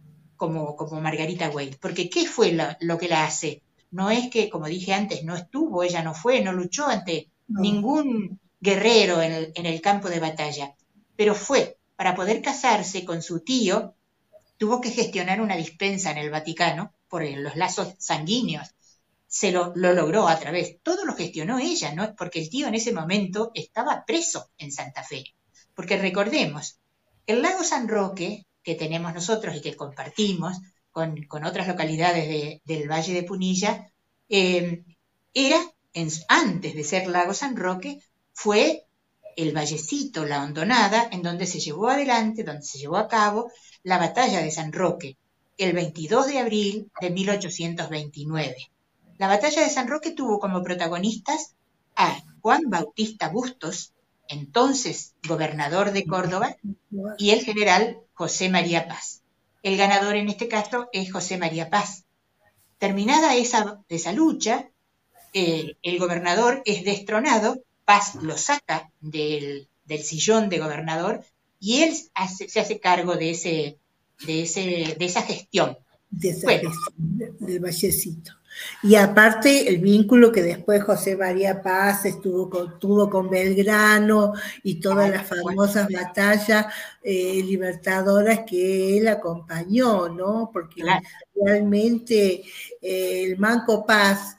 como, como Margarita Weil. Porque ¿qué fue lo, lo que la hace? No es que, como dije antes, no estuvo, ella no fue, no luchó ante no. ningún guerrero en el, en el campo de batalla, pero fue para poder casarse con su tío, tuvo que gestionar una dispensa en el Vaticano por los lazos sanguíneos. Se lo, lo logró a través, todo lo gestionó ella, ¿no? Porque el tío en ese momento estaba preso en Santa Fe. Porque recordemos, el lago San Roque, que tenemos nosotros y que compartimos con, con otras localidades de, del Valle de Punilla, eh, era, en, antes de ser lago San Roque, fue el vallecito, la hondonada, en donde se llevó adelante, donde se llevó a cabo la batalla de San Roque, el veintidós de abril de mil ochocientos veintinueve. La batalla de San Roque tuvo como protagonistas a Juan Bautista Bustos, entonces gobernador de Córdoba, y el general José María Paz. El ganador en este caso es José María Paz. Terminada esa, esa lucha, eh, el gobernador es destronado, Paz lo saca del, del sillón de gobernador y él hace, se hace cargo de, ese, de, ese, de esa gestión. De esa bueno. gestión del vallecito. Y aparte el vínculo que después José María Paz estuvo con, tuvo con Belgrano y todas las famosas batallas eh, libertadoras que él acompañó, ¿no? Porque claro. realmente eh, el Manco Paz,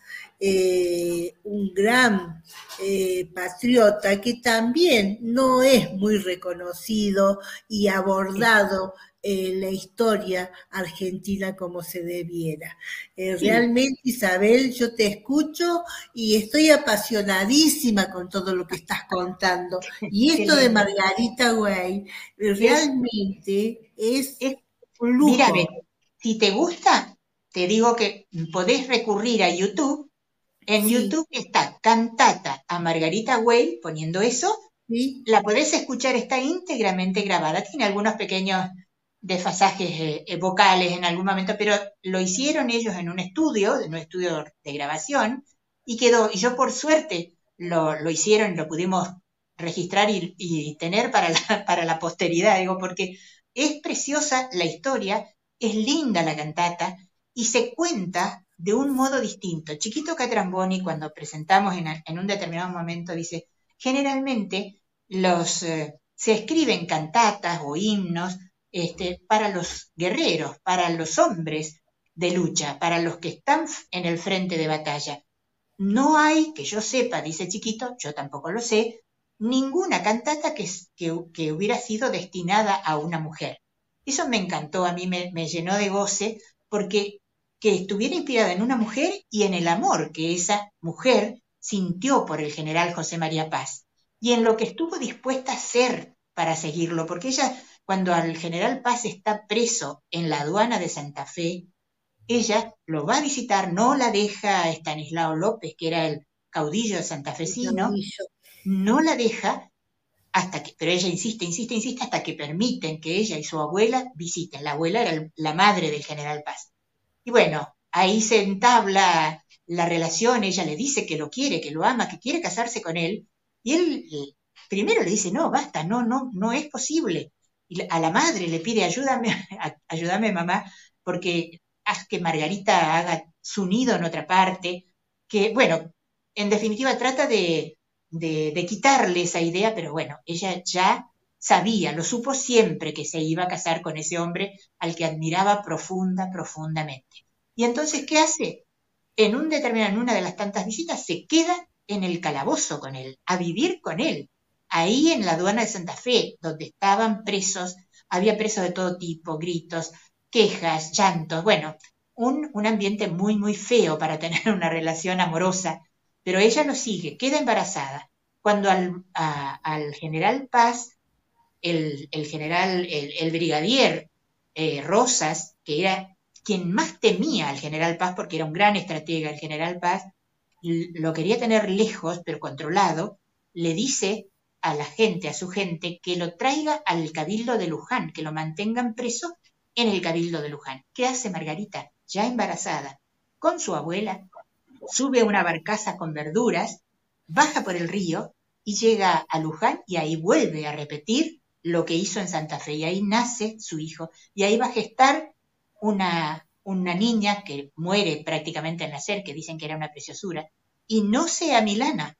eh, un gran eh, patriota que también no es muy reconocido y abordado en la historia argentina como se debiera. Eh, sí. Realmente, Isabel, yo te escucho y estoy apasionadísima con todo lo que estás contando. Y esto de Margarita Güell realmente es, es un lujo. Mira, si te gusta, te digo que podés recurrir a YouTube. En sí. YouTube está Cantata a Margarita Güell, poniendo eso. Sí. La podés escuchar, está íntegramente grabada. Tiene algunos pequeños desfasajes eh, vocales en algún momento, pero lo hicieron ellos en un estudio, en un estudio de grabación, y quedó, y yo por suerte lo, lo hicieron, lo pudimos registrar y, y tener para la, para la posteridad, digo, porque es preciosa la historia, es linda la cantata, y se cuenta de un modo distinto. Chiquito Catramboni, cuando presentamos en, en un determinado momento, dice, generalmente los, eh, se escriben cantatas o himnos Este, para los guerreros, para los hombres de lucha, para los que están en el frente de batalla. No hay, que yo sepa, dice Chiquito, yo tampoco lo sé, ninguna cantata que, que, que hubiera sido destinada a una mujer. Eso me encantó, a mí me, me llenó de goce, porque que estuviera inspirada en una mujer y en el amor que esa mujer sintió por el general José María Paz, y en lo que estuvo dispuesta a hacer para seguirlo, porque ella... Cuando el general Paz está preso en la aduana de Santa Fe, ella lo va a visitar, no la deja Estanislao López, que era el caudillo santafesino, no la deja, hasta que, pero ella insiste, insiste, insiste, hasta que permiten que ella y su abuela visiten. La abuela era el, la madre del general Paz. Y bueno, ahí se entabla la relación, ella le dice que lo quiere, que lo ama, que quiere casarse con él, y él primero le dice, no, basta, no, no, no es posible. Y a la madre le pide, ayúdame, ayúdame mamá, porque haz que Margarita haga su nido en otra parte, que bueno, en definitiva trata de, de, de quitarle esa idea, pero bueno, ella ya sabía, lo supo siempre que se iba a casar con ese hombre al que admiraba profunda, profundamente. Y entonces, ¿qué hace? En un determinado, en una de las tantas visitas, se queda en el calabozo con él, a vivir con él. Ahí en la aduana de Santa Fe, donde estaban presos, había presos de todo tipo, gritos, quejas, llantos, bueno, un, un ambiente muy, muy feo para tener una relación amorosa, pero ella lo sigue, queda embarazada. Cuando al, a, al general Paz, el, el general, el, el brigadier eh, Rosas, que era quien más temía al general Paz, porque era un gran estratega el general Paz, lo quería tener lejos, pero controlado, le dice a la gente, a su gente, que lo traiga al Cabildo de Luján, que lo mantengan preso en el Cabildo de Luján. ¿Qué hace Margarita? Ya embarazada, con su abuela, sube a una barcaza con verduras, baja por el río y llega a Luján y ahí vuelve a repetir lo que hizo en Santa Fe. Y ahí nace su hijo. Y ahí va a gestar una, una niña que muere prácticamente al nacer, que dicen que era una preciosura, y no sea Milana,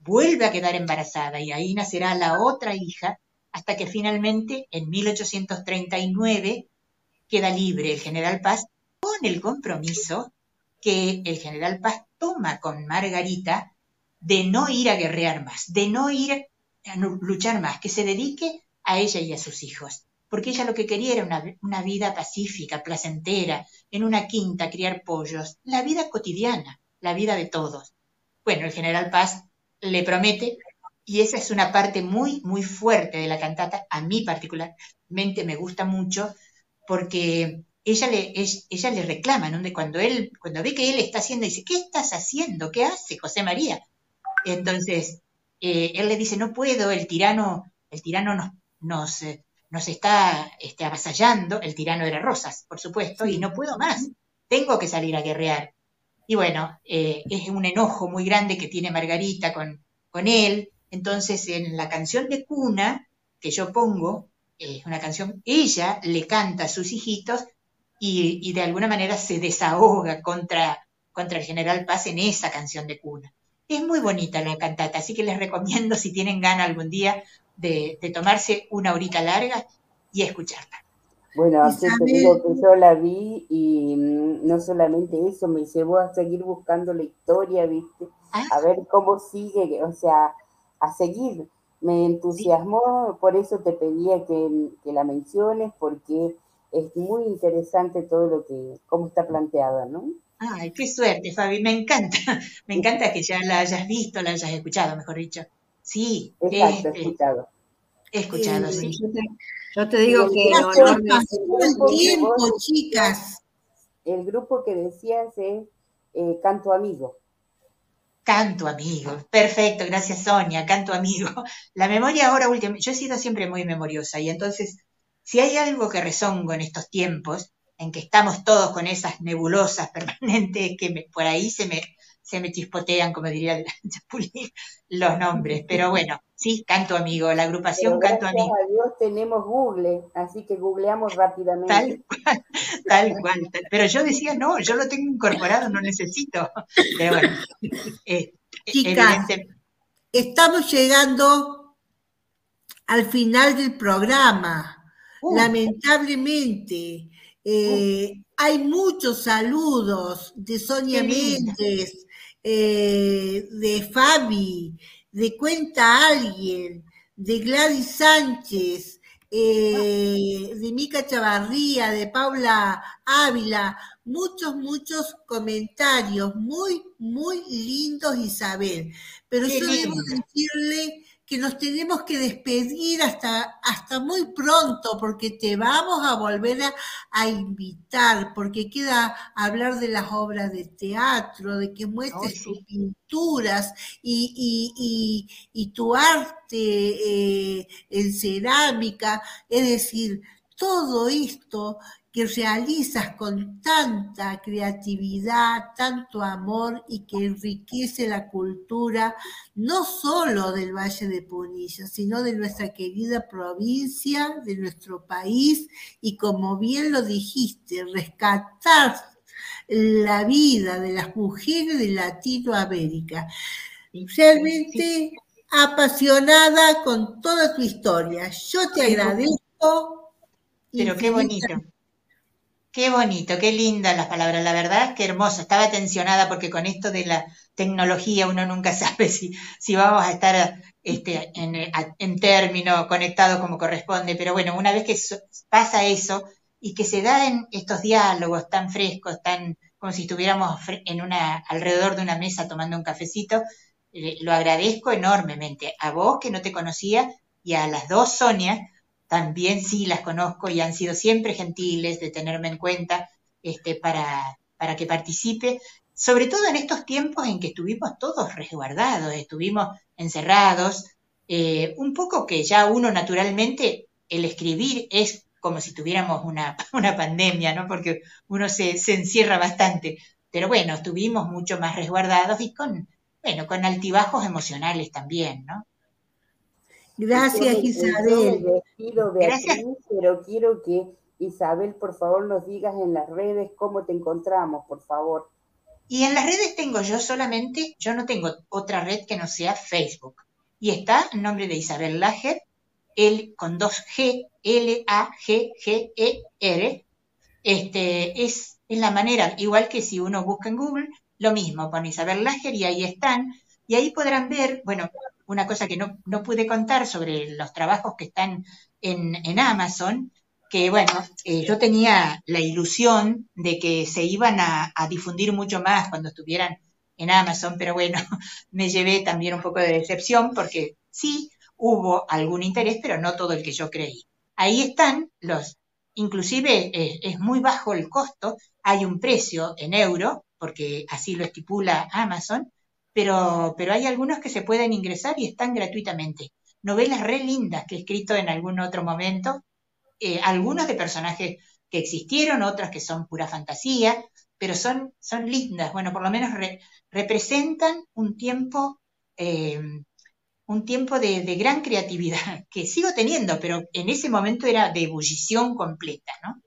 vuelve a quedar embarazada y ahí nacerá la otra hija, hasta que finalmente en mil ochocientos treinta y nueve queda libre el general Paz con el compromiso que el general Paz toma con Margarita de no ir a guerrear más, de no ir a luchar más, que se dedique a ella y a sus hijos. Porque ella lo que quería era una, una vida pacífica, placentera, en una quinta, criar pollos, la vida cotidiana, la vida de todos. Bueno, el general Paz le promete, y esa es una parte muy, muy fuerte de la cantata, a mí particularmente me gusta mucho, porque ella le, ella le reclama, ¿no? De cuando, él, cuando ve que él está haciendo, dice, ¿qué estás haciendo? ¿Qué hace José María? Entonces, eh, él le dice, no puedo, el tirano, el tirano nos, nos, eh, nos está este, avasallando, el tirano era Rosas, por supuesto, sí. Y no puedo más, tengo que salir a guerrear. Y bueno, eh, es un enojo muy grande que tiene Margarita con, con él. Entonces, en la canción de cuna que yo pongo, es eh, una canción, ella le canta a sus hijitos y, y de alguna manera se desahoga contra, contra el general Paz en esa canción de cuna. Es muy bonita la cantata, así que les recomiendo, si tienen ganas algún día, de, de tomarse una horita larga y escucharla. Bueno, así te digo que yo la vi y no solamente eso, me llevó a seguir buscando la historia, ¿viste? ¿Ah? A ver cómo sigue, o sea, a seguir. Me entusiasmó, sí. Por eso te pedía que, que la menciones, porque es muy interesante todo lo que, cómo está planteada, ¿no? Ay, qué suerte, Fabi, me encanta, me encanta que ya la hayas visto, la hayas escuchado, mejor dicho. Sí, exacto, este, he escuchado. He escuchado, eh, sí. Yo te, yo te digo que no, no, el, el tiempo, decías, chicas. El grupo que decías es eh, Canto Amigo. Canto Amigo, perfecto, gracias Sonia, Canto Amigo. La memoria ahora última, yo he sido siempre muy memoriosa y entonces, si hay algo que rezongo en estos tiempos, en que estamos todos con esas nebulosas permanentes que me, por ahí se me, se me chispotean, como diría Chapulín, los nombres. Pero bueno, sí, Canto Amigo, la agrupación Pero Canto Amigo. Gracias a Dios tenemos Google, así que googleamos rápidamente. Tal cual, tal cual. Pero yo decía, no, yo lo tengo incorporado, no necesito. Pero bueno, eh, chicas, evidente... estamos llegando al final del programa. Uh. Lamentablemente. Eh, hay muchos saludos de Sonia Méndez, eh, de Fabi, de Cuenta Alguien, de Gladys Sánchez, eh, de Mica Chavarría, de Paula Ávila, muchos, muchos comentarios, muy, muy lindos, Isabel. Pero Qué yo lindo. Debo decirle que nos tenemos que despedir hasta, hasta muy pronto, porque te vamos a volver a, a invitar, porque queda hablar de las obras de teatro, de que muestres oh, sí. tus pinturas y, y, y, y tu arte eh, en cerámica, es decir, todo esto que realizas con tanta creatividad, tanto amor y que enriquece la cultura, no solo del Valle de Punilla, sino de nuestra querida provincia, de nuestro país, y como bien lo dijiste, rescatar la vida de las mujeres de Latinoamérica. Realmente apasionada con toda tu historia. Yo te agradezco. Pero qué bonito. Qué bonito, qué lindas las palabras, la verdad, qué hermoso. Estaba tensionada porque con esto de la tecnología uno nunca sabe si, si vamos a estar este, en, en término conectados como corresponde, pero bueno, una vez que pasa eso y que se dan estos diálogos tan frescos, tan como si estuviéramos en una, alrededor de una mesa tomando un cafecito, eh, lo agradezco enormemente. A vos que no te conocía y a las dos Sonia, también sí las conozco y han sido siempre gentiles de tenerme en cuenta este, para, para que participe, sobre todo en estos tiempos en que estuvimos todos resguardados, estuvimos encerrados, eh, un poco que ya uno naturalmente, el escribir es como si tuviéramos una, una pandemia, ¿no? Porque uno se, se encierra bastante, pero bueno, estuvimos mucho más resguardados y con, bueno, con altibajos emocionales también, ¿no? Gracias, Isabel. Yo me despido, Beatriz, Gracias. Pero quiero que Isabel, por favor, nos digas en las redes cómo te encontramos, por favor. Y en las redes tengo yo solamente, yo no tengo otra red que no sea Facebook. Y está el nombre de Isabel Lager, L con dos G, L A G G E R. Este, es, es la manera, igual que si uno busca en Google, lo mismo, pone Isabel Lager y ahí están. Y ahí podrán ver, bueno, una cosa que no, no pude contar sobre los trabajos que están en, en Amazon, que bueno, eh, yo tenía la ilusión de que se iban a, a difundir mucho más cuando estuvieran en Amazon, pero bueno, me llevé también un poco de decepción porque sí hubo algún interés, pero no todo el que yo creí. Ahí están los, inclusive eh, es muy bajo el costo, hay un precio en euro, porque así lo estipula Amazon, pero, pero hay algunos que se pueden ingresar y están gratuitamente. Novelas re lindas que he escrito en algún otro momento, eh, algunos de personajes que existieron, otras que son pura fantasía, pero son, son lindas, bueno, por lo menos re, representan un tiempo, eh, un tiempo de, de gran creatividad, que sigo teniendo, pero en ese momento era de ebullición completa, ¿no?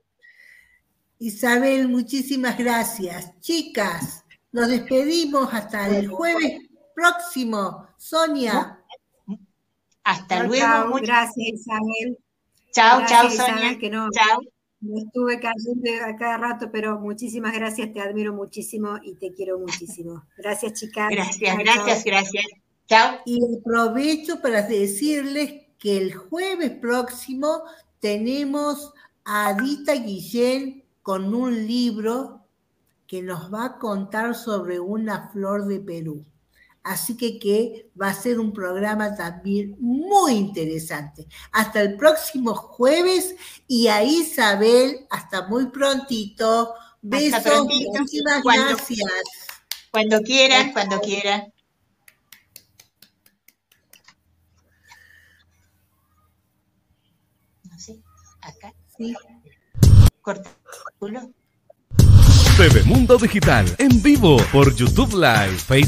Isabel, muchísimas gracias. Chicas, nos despedimos hasta el jueves próximo. Sonia. Hasta chau, luego. Chau. Muchas gracias, Isabel. Chao, chao, Sonia. Sonia. Que no, chao. no estuve cayendo a cada rato, pero muchísimas gracias, te admiro muchísimo y te quiero muchísimo. Gracias, chicas. Gracias, chau, gracias, chau. gracias. Chao. Y aprovecho para decirles que el jueves próximo tenemos a Adita Guillén con un libro que nos va a contar sobre una flor de Perú. Así que, que va a ser un programa también muy interesante. Hasta el próximo jueves y a Isabel, hasta muy prontito. Besos, hasta prontito. Muchísimas cuando, gracias. Cuando quieran, cuando quieran. No sé, acá. Sí. Corta. T V Mundo Digital en vivo por YouTube Live, Facebook.